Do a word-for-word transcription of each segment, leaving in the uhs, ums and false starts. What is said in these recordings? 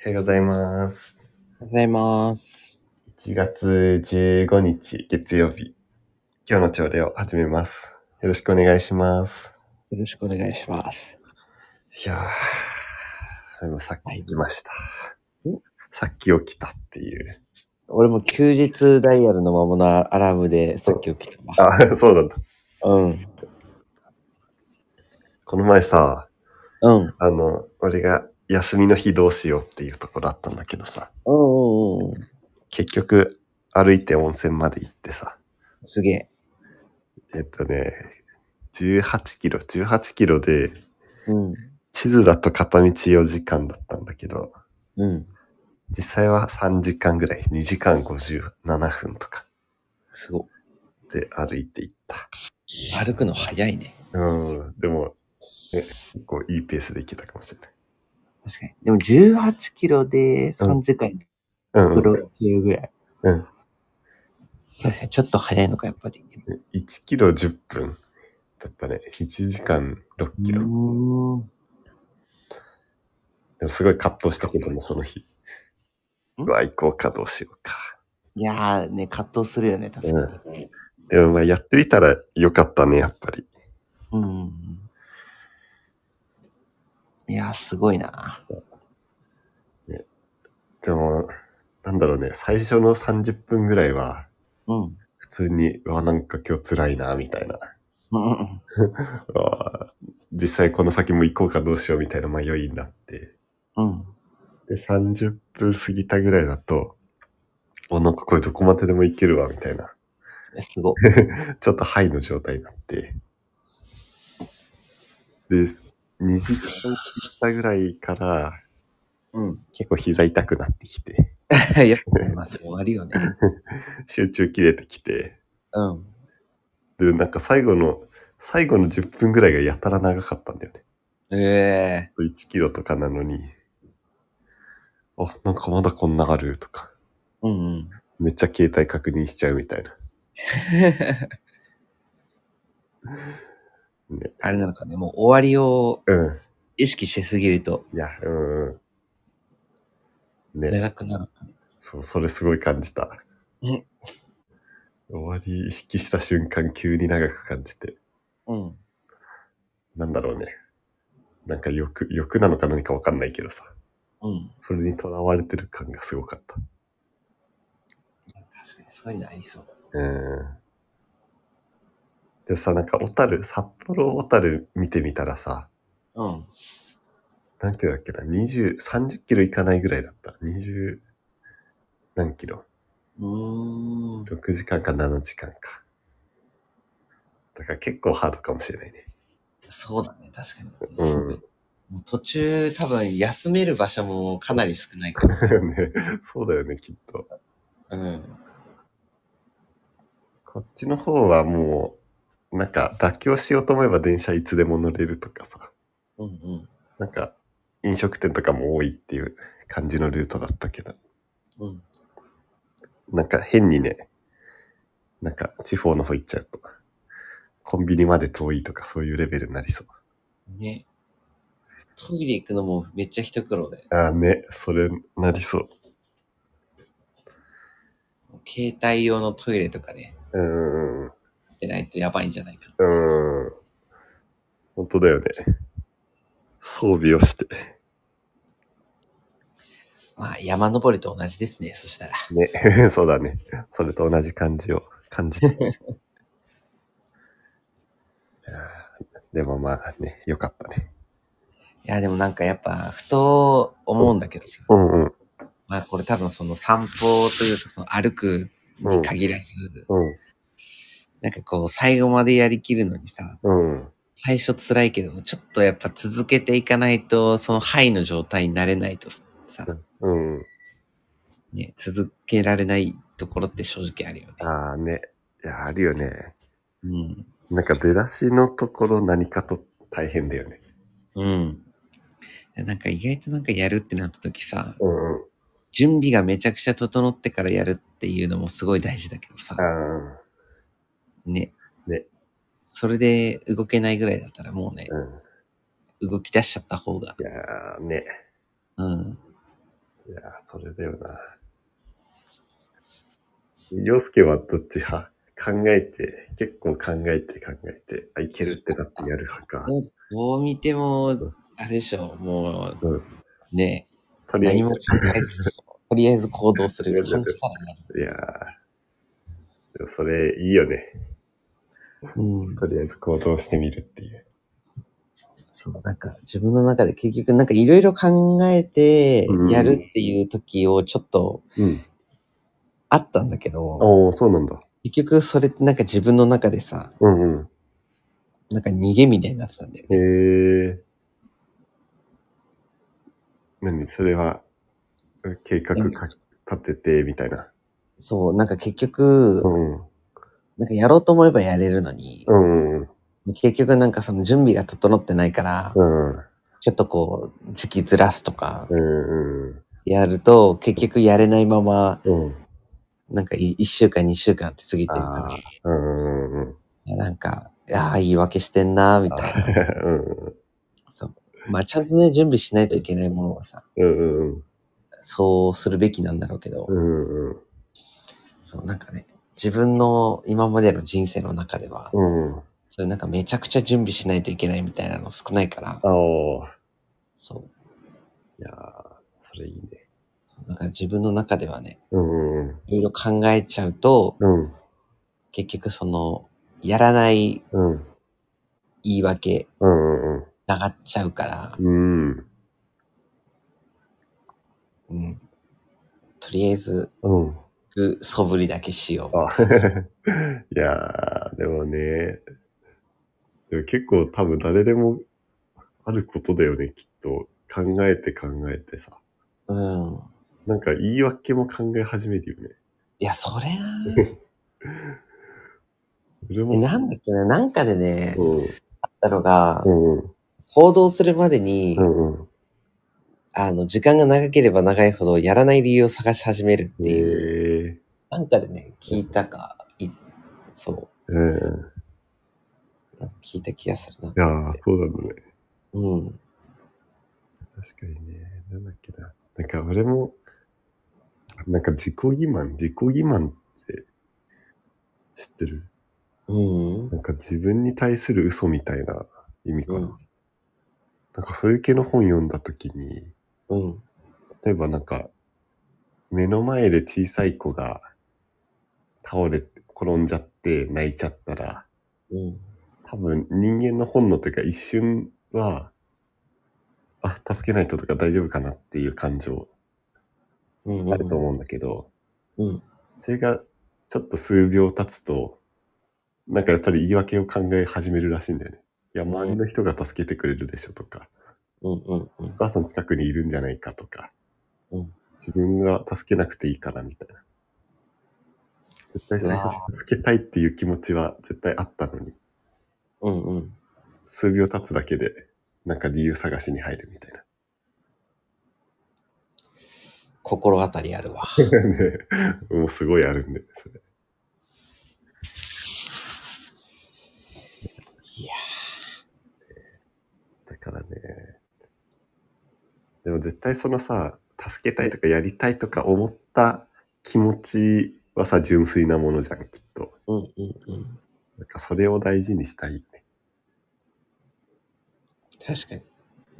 おはようございます。 おはようございます。 いちがつじゅうごにち月曜日、今日の朝礼を始めます。よろしくお願いします。 よろしくお願いします。 いやー、それもさっき起きました。 はい、 さっき起きたっていう。 俺も休日ダイヤルのままのアラームでさっき起きたわ。 あ、そうだった。 うん。 この前さ、 うん。 あの、俺が休みの日どうしようっていうところあったんだけどさ、 うんうんうん。 結局歩いて温泉まで行ってさ、 すげえ。 えっとね、じゅうはちキロ、じゅうはちキロで、 うん。 地図だと片道よじかんだったんだけど、 うん。 実際はさんじかんぐらい、にじかんごじゅうななふんとかすごで歩いていった。 歩くの早いね。 うん、でも、ね、結構いいペースで行けたかもしれない。 確かに。でもじゅうはちキロでさんじかん、 うん、うん、 ろっキロぐらい。 うん。 確かにちょっと早いのか、やっぱり。 いちキロじゅっぷんだったね。いちじかんろっキロ。 うーん。 でもすごい葛藤したけども、その日。うわ、行こうかどうしようか。 いやーね、葛藤するよね、確かに。 うん、でもまあやってみたらよかったね、やっぱり。 うん。いやー、すごいな。 ね、でも、なんだろうね、最初のさんじゅっぷんぐらいは、 うん。 普通に、うわ、なんか今日辛いな、みたいな。 うんうん。 実際この先も行こうかどうしようみたいな迷いになって。 うん。 で、さんじゅっぷん過ぎたぐらいだと、お、なんかこれどこまででも行けるわ、みたいな。 すごちょっとハイの状態になって。で、にじかん過ぎたぐらいから、 うん。 結構膝痛くなってきて。 いや、まあ、終わりよね。 集中切れてきて。 うん。 で、なんか最後の、最後のじゅっぷんぐらいがやたら長かったんだよね。 ええいちキロとかなのに、あ、なんかまだこんなあるとか。 うんうん。 めっちゃ携帯確認しちゃうみたいな。ね、 あれなのかね、もう終わりをうん。 意識しすぎると、 いや、うんうん。ね。 長くなるのかね。 そう、それすごい感じた。 うん。 終わり意識した瞬間急に長く感じて。 うん。 なんだろうね。なんか欲、欲なのか何かわかんないけどさ。 うん。 それに囚われてる感がすごかった。 確かにそういうのありそう。 うん。でさ、なんか小樽、札幌小樽見てみたらさ、 うん。 何キロだっけな、にじゅう、さんじゅっキロいかないぐらいだった。にじゅう何キロ。 うーん。 ろくじかんかななじかんか。だから結構ハードかもしれないね。 そうだね、確かに。 うん。 もう途中多分休める場所もかなり少ないからさ。 ね、そうだよね、きっと。 うん。 こっちの方はもう、なんか妥協しようと思えば電車いつでも乗れるとかさ。 うんうん。 なんか飲食店とかも多いっていう感じのルートだったけど。 うん。 なんか変にね、なんか地方の方行っちゃうと、コンビニまで遠いとかそういうレベルになりそう。 ね。トイレ行くのもめっちゃ一苦労だよ。 ああね、それなりそう。 携帯用のトイレとかね、 うーん。 出ないとやばいんじゃないか。 うーん。本当だよね。装備をして。 まあ山登りと同じですね、そしたら。 ね、そうだね。それと同じ感じを感じた。でもまあね、よかったね。 いや、でもなんかやっぱ、ふと思うんだけどさ。 うんうん。 まあこれ多分その散歩というかその歩くに限らず、 うん。 なんかこう最後までやりきるのにさ、 うん。 最初辛いけども、ちょっとやっぱ続けていかないと、そのハイの状態になれないとさ、 うん。 ね、続けられないところって正直あるよね。 ああね。いや、あるよね。 うん。 なんか出だしのところ何かと大変だよね。 うん。なんか意外となんかやるってなった時さ、 うんうん。 準備がめちゃくちゃ整ってからやるっていうのもすごい大事だけどさ、 ああ。 ね。 ね。 それで動けないぐらいだったらもうね、 うん。 動き出しちゃった方が。 いやーね。 うん。 いや、それだよな。洋介はどっち派？考えて、結構考えて考えて、あ、いけるってなってやる派か。 どう見ても、 うんあれでしょ、もう、 うん、 ねとりあえず。 何も考えず、とりあえず行動する。感じたらいやー、でもそれいいよね。 うん。 とりあえず行動してみるっていう。 そう、なんか自分の中で結局なんかいろいろ考えてやるっていう時をちょっとあったんだけど、 おー、そうなんだ。 結局それってなんか自分の中でさ、 うんうん。 なんか逃げみたいになってたんだよね。 へえ。何それは、計画か立てて、みたいな。 そう、なんか結局、 うんうん。 なんかやろうと思えばやれるのに、 うんうん。 結局なんかその準備が整ってないから、 うんうん。 ちょっとこう、時期ずらすとか、 うんうん。 やると、結局やれないまま、 うん。 なんかいいっしゅうかん、にしゅうかんって過ぎてるから、 ああ、うんうんうん。 いやなんか、ああ、言い訳してんな、みたいな。 うんうん。 そう。まあ、ちゃんとね、準備しないといけないものはさ、 うんうんうん。 そうするべきなんだろうけど、 うんうん。 そう、なんかね、自分の今までの人生の中では、 うんうん。 そういうなんかめちゃくちゃ準備しないといけないみたいなの少ないから、 ああ。 そう。 いやー、それいいね。 だから自分の中ではね、 うんうんいろいろ考えちゃうと、 うん。うん。 結局その、やらないうん。 言い訳、 うんうんながっちゃうから、 うん。うん。 うん。とりあえず、 うん。 素振りだけしよう。 あいやー、でもね、でも結構多分誰でもあることだよね、きっと。考えて考えてさ。 うん。 なんか言い訳も考え始めるよね。 いや、それな俺も、 え、なんだっけな、なんかでね、 うん。 あったのが、 うんうん。 行動するまでうに、 んうん。 あの、時間が長ければ長いほどやらない理由を探し始めるっていう、 へえなんかでね、聞いたか、いそー。うん。 う、なんか聞いた気がするな。 いやー、そうなんだね。 うん。 確かにね。なんだっけな。なんか俺も、なんか自己欺瞞、自己欺瞞って知ってる？ うん。 なんか自分に対する嘘みたいな意味かな。 うん。 なんかそういう系の本読んだときに、 うん。 例えばなんか、目の前で小さい子が倒れ、転んじゃって泣いちゃったら、 うん。 多分人間の本能というか一瞬は、あ、助けないととか大丈夫かなっていう感情うん。 あると思うんだけど、 うん。 それがちょっと数秒経つと、なんかやっぱり言い訳を考え始めるらしいんだよね。いや、周りの人が助けてくれるでしょとか、 うん。うん。 お母さん近くにいるんじゃないかとか、 うん。 自分が助けなくていいからみたいな。絶対最初助けたいっていう気持ちは絶対あったのに、 うんうん。 数秒経つだけで、なんか理由探しに入るみたいな。 心当たりあるわ。 ね、もうすごいあるんで、それ。 いやだからね。でも絶対そのさ、助けたいとかやりたいとか思った気持ちはさ、純粋なものじゃん、きっと。 うんうんうん。 なんかそれを大事にしたいよね。 確かに。 うん。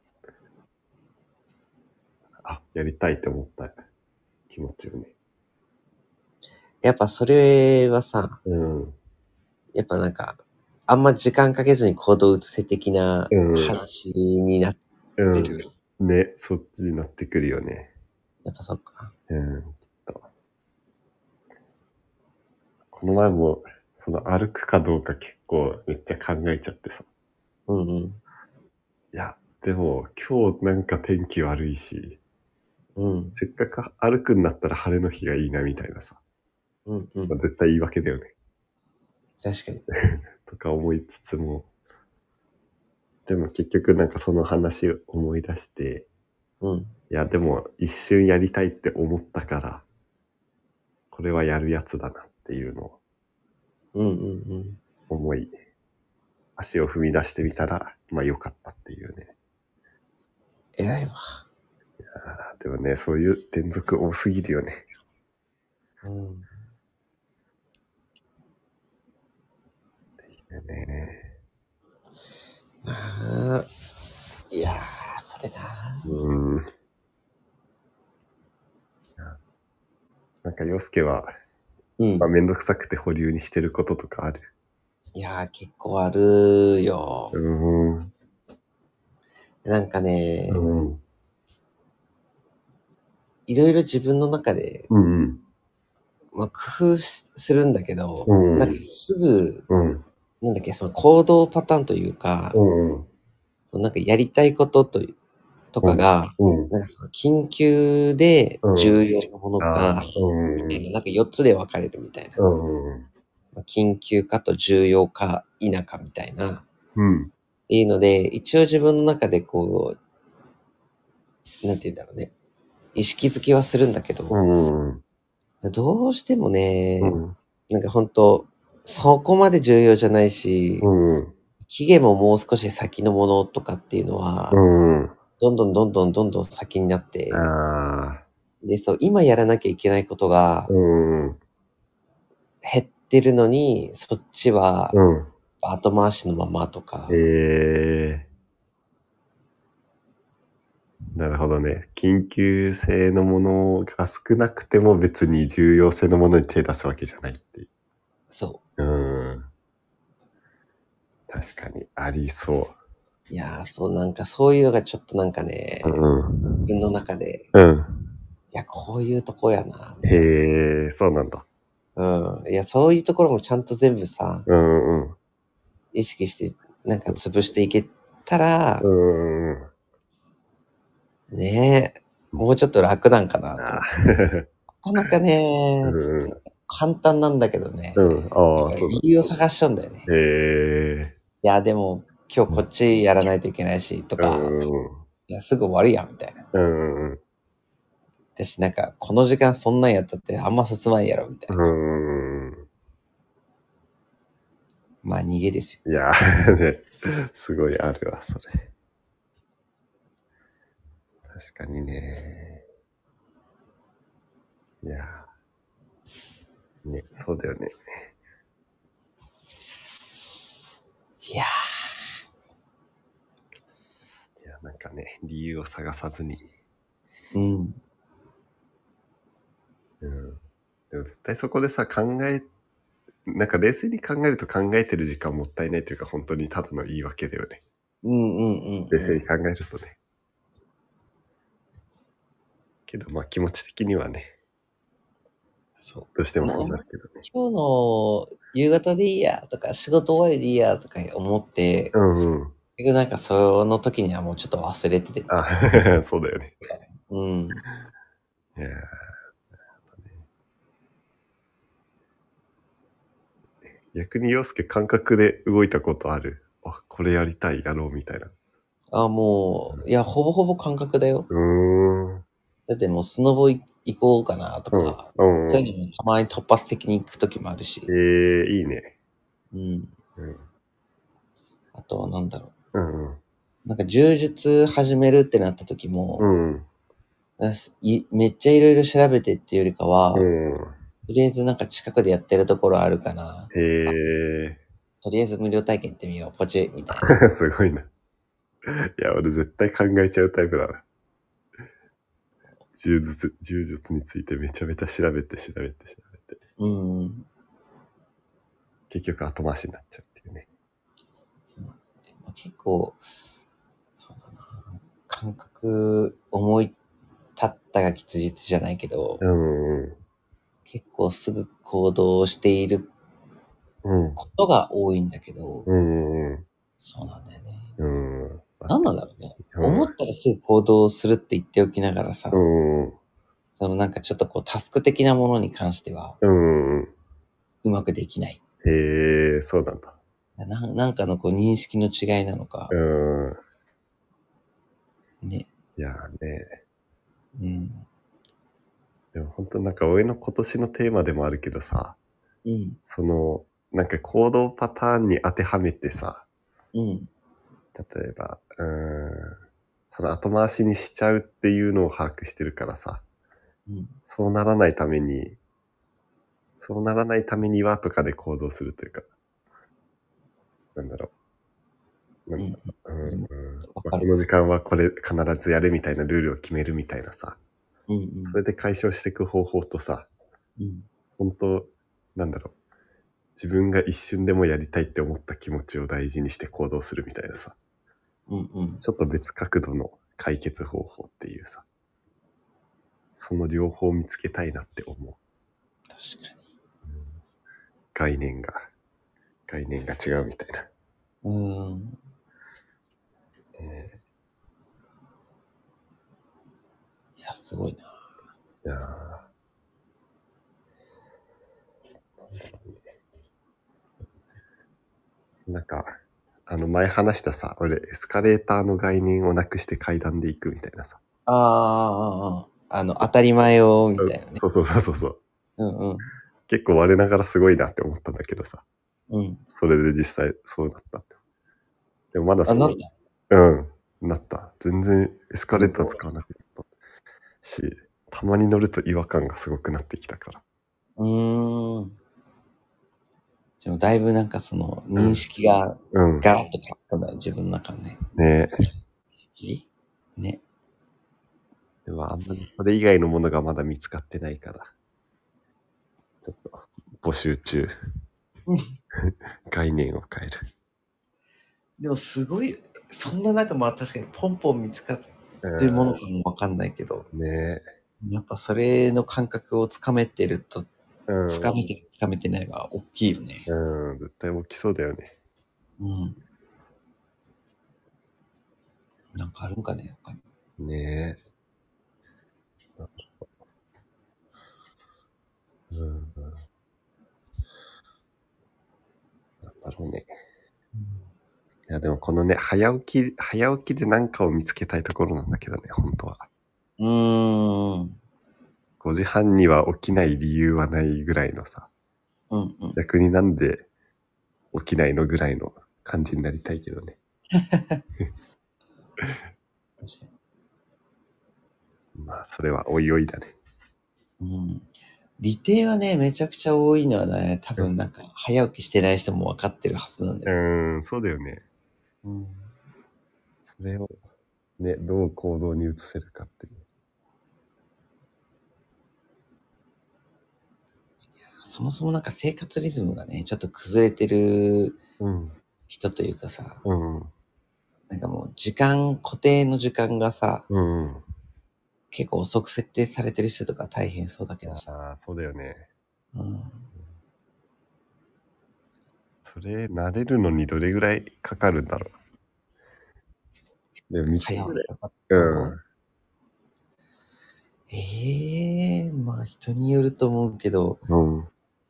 あ、やりたいって思った気持ちをね。 やっぱそれはさ、 うん。 やっぱなんか、あんま時間かけずに行動を移せ的なうん。 話になってる。 うん。ね、そっちになってくるよね。 やっぱそっか。 うん。きっと。この前も、その歩くかどうか結構めっちゃ考えちゃってさ。 うんうん。 いや、でも今日なんか天気悪いし、 うん。 せっかく歩くんだったら晴れの日がいいなみたいなさ。 うんうん。 まあ、絶対言い訳だよね。 確かに。 とか思いつつも、でも結局なんかその話を思い出して、 うん。 いやでも一瞬やりたいって思ったから、これはやるやつだなっていうのをうんうんうん。 思い、足を踏み出してみたら、まあ良かったっていうね。 偉いわ。 あでもね、そういう連続多すぎるよね。 うん。 ですよね。 ああ。いやー、それな。 うん。なんか、洋介は、うん。まあ、めんどくさくて保留にしてることとかある？ いやー、結構あるよ。 うん。 なんかね、 うん。 いろいろ自分の中で、 うんうん。 まあ、工夫するんだけど、 うんうん、 なんかすぐ、 うん、 なんだっけ、その行動パターンというか、 うんうん、 そのなんかやりたいことととかが、 うんうん、 なんかその緊急で重要なものか、 うんみたいな、なんかよっつで分かれるみたいな。 うんうん、 まあ緊急かと重要か否かみたいな。 うん。 っていうので、一応自分の中でこう、なんて言うんだろうね。意識づけはするんだけど、 うんうん、 どうしてもね、 うん、 なんかほんと、そこまで重要じゃないし、 うん、 期限ももう少し先のものとかっていうのは、 うん。 どんどんどんどんどんどん先になって、 ああ。 で、そう、今やらなきゃいけないことがうんうん、 減ってるのに、そっちはうん。 後回しのままとか、 ええー、なるほどね。緊急性のものが少なくても別に重要性のものに手出すわけじゃないっていう。 そうん。確かに、ありそう。 う。いやー、そう、なんかそういうのがちょっとなんかね、 うん。 自分の中で、 うん。 いや、こういうとこやな、みたいへえ、そうなんだ。 な。うん。いや、そういうところもちゃんと全部さ、 うんうん。 意識して、なんか潰していけたら、 うんうん。 ねえ、もうちょっと楽なんかなとあ思って。なかなかね、ちうんょっと簡単なんだけどね、 うん。ああ、そうだ。 理由を探しちゃうんだよね。 へえ。 いや、でも今日こっちやらないといけないし、とうか、 んうん。 いや、すぐ終わるやん、みたいな。 うんうん。 私なんか、この時間そんなんやったってあんま進まんやろ、みたいな。 うん。 まあ逃げですよいね。 や、ね、すごいあるわ、それ。確かにね。いや、ね、そうだよね。 いやいや、なんかね、理由を探さずに。 ー、うん。 うん。でも絶対そこでさ、考え、なんか冷静に考えると考えてる時間もったいないというか、本当にただの言い訳だよね。 うんうんうんうん。 冷静に考えるとね。けど、まあ気持ち的にはね、 そう。 どうしてももうそうなるけどね。 今日の夕方でいいやとか、仕事終わりでいいやとか思って、 うんうん。 結局なんかその時にはもうちょっと忘れててみたいな。 あ、そうだよね。 うん。 いや逆に陽介感覚で動いたことある？あ、これやりたい、やろうみたいな。 あ、もう、いや、ほぼほぼ感覚だよ。 うーん。 だってもうスノボ行こうかなとうん。 か、 うんうん。 そういうのもたまに突発的に行く時もあるし。 ええー、いいね。 うん。 うん。 あとはなんだろうんうん。 う。なんか柔術始めるってなった時うも、 ん。 いめっちゃいろいろ調べてっていうよりかは、 うん。 とりあえずなんか近くでやってるところあるかな。 へとりあえず無料体験行ってみよう。ポチみたいな。 え。すごいな。いや、俺絶対考えちゃうタイプだな。柔術、柔術についてめちゃめちゃ調べて調べて調べて。 うん。 結局後回しになっちゃうっていうね。 結構、そうだな。感覚思い立ったが吉日じゃないけど、 うんうん。 結構すぐ行動しているうん。 ことが多いんだけど、 うんうん。 そうなんだよね。 うん。 何なんだろうね。 うん。 思ったらすぐ行動するって言っておきながらさ、 うん。 そのなんかちょっとこうタスク的なものに関してはうん。 うまくできない。 へえ、そうなんだ。 ななんかのこう認識の違いなのか、 うん。 ね。 いやーね。 うん。 でも本当なんか俺の今年のテーマでもあるけどさ、 うん。 その、なんか行動パターンに当てはめてさ、 うん。 例えば、うーん、 その後回しにしちゃうっていうのを把握してるからさ、 うん、 そうならないために、そうならないためにはとかで行動するというか、なんだろう。なんだろう。うんうん。まあ、この時間はこれ必ずやるみたいなルールを決めるみたいなさ、 うんうん、 それで解消していく方法とさ、 うん、 本当なんだろう。自分が一瞬でもやりたいって思った気持ちを大事にして行動するみたいなさ、 うんうん、 ちょっと別角度の解決方法っていうさ、その両方見つけたいなって思う。 確かに。 概念が、概念が違うみたいな。 うん。 えー、いや、すごいな。 いやーなんか、あの前話したさ、俺エスカレーターの概念をなくして階段で行くみたいなさ。 ああ、あの、当たり前を、みたいなね。 そうそうそうそうそう。 うんうん。 結構我ながらすごいなって思ったんだけどさ。 うん。 それで実際そうなったって。でもまだそあ、なの、 んだ。 うん、なった。全然エスカレーター使わなくなったし、たまに乗ると違和感がすごくなってきたから。 うーん。でもだいぶなんかその認識がうん。 ガラッと変わったんだよ、自分の中ね。 ねえ。 意識ね。 でもあんまりそれ以外のものがまだ見つかってないから。ちょっと募集中。概念を変える。 でもすごい、そんな中まあ確かにポンポン見つかってるものかもわかんないけど、 ねやっぱそれの感覚をつかめてると、 え。うん。 つかめてるつかめてないは大きいよね。 うん。絶対起きそうだよね。 うん。なんかあるんかね、他に。 ねえ。うん。なんだろうね。いやでもこのね、早起き、早起きで何かを見つけたいところなんだけどね、本当は。 うーん。 ごじはんには起きない理由はないぐらいのさ。 うんうん。 逆になんで起きないのぐらいの感じになりたいけどね。 確かに。 まあ、それはおいおいだね。 うん。利点はね、めちゃくちゃ多いのはね、多分なんか、早起きしてない人も分かってるはずなんだよ。 うーん、そうだよね。 うん。 それをね、どう行動に移せるかっていう。 そもそもなんか生活リズムがね、ちょっと崩れてるうん。 人というかさ、 うんうん。 なんかもう時間、固定の時間がさ、 うんうん。 結構遅く設定されてる人とか大変そうだけどさ。 ああ、そうだよね。 うん。 それ、慣れるのにどれぐらいかかるんだろう。でもみっかぐらい。 早起きとかうと、 ん。 ええー、まあ人によると思うけど、 うん。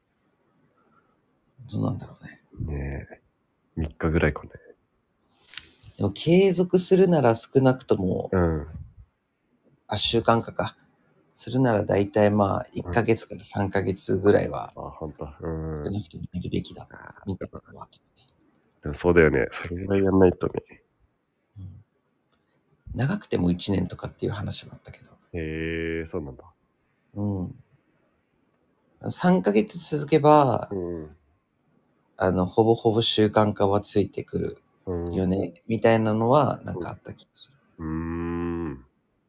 どうなんだろうね。 ねえ。みっかぐらいかね。 でも継続するなら少なくとも、 うん。 あ、習慣化か。するなら大体まあ、いっかげつからさんかげつぐらいは、 あ、ほんと。うん。 少なくともやるべきだ、みたいなのは。 でもそうだよね。それぐらいやんないとね。 うん、長くてもいちねんとかっていう話はあったけど。 へえ、そうなんだ。 うん。さんかげつ続けば、 うん。 あの、ほぼほぼ習慣化はついてくるうん。 よね、みたいなのはなんかあった気がする。 うーん。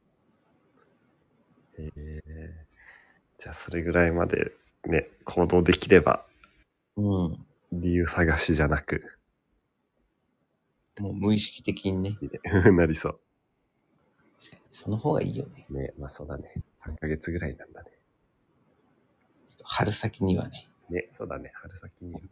へえ。じゃあそれぐらいまでね、行動できれば、 うん。 理由探しじゃなく、 もう無意識的にね。 なりそ確かにその方がいいよね。 う。ね、まあそうだね。さんかげつぐらいなんだね。 ちょっと春先にはね。 ね、そうだね。春先に。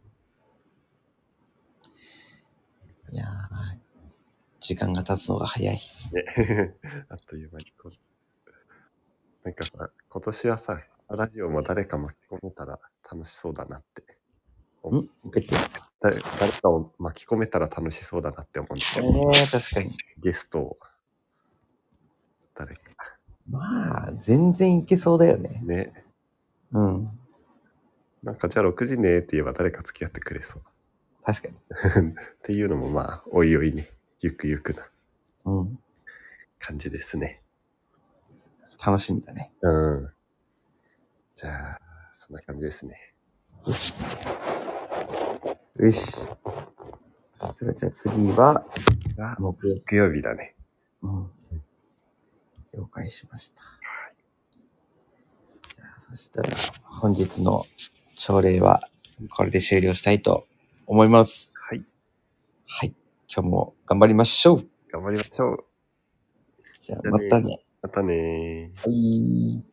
いやー、時間が経つのが早い。 ね。あっという間にこう。なんかさ、今年はさ、ラジオも誰か巻き込めたら楽しそうだなって。 ん受けて。 誰誰かを巻き込めたら楽しそうだなって思うんですえよ。 ー、確かに。 ゲストを。誰か。 まあ、全然いけそうだよね。 ね。 うん。 なんかじゃあろくじねって言えば誰か付き合ってくれそう。 確かに。 っていうのもまあ、おいおいね、ゆくゆくなうん。 感じですね。 楽しみだね。 うん。じゃあ、そんな感じですね。 よし。よし。そしたらじゃあ次は、 木曜木曜日だね。 うん。了解しました。じゃあ、そしたら本日の朝礼はこれで終了したいと思います。 はい。 はい。今日も頑張りましょう。 頑張りましょう。 じゃあ、またね。 またねー。 はい。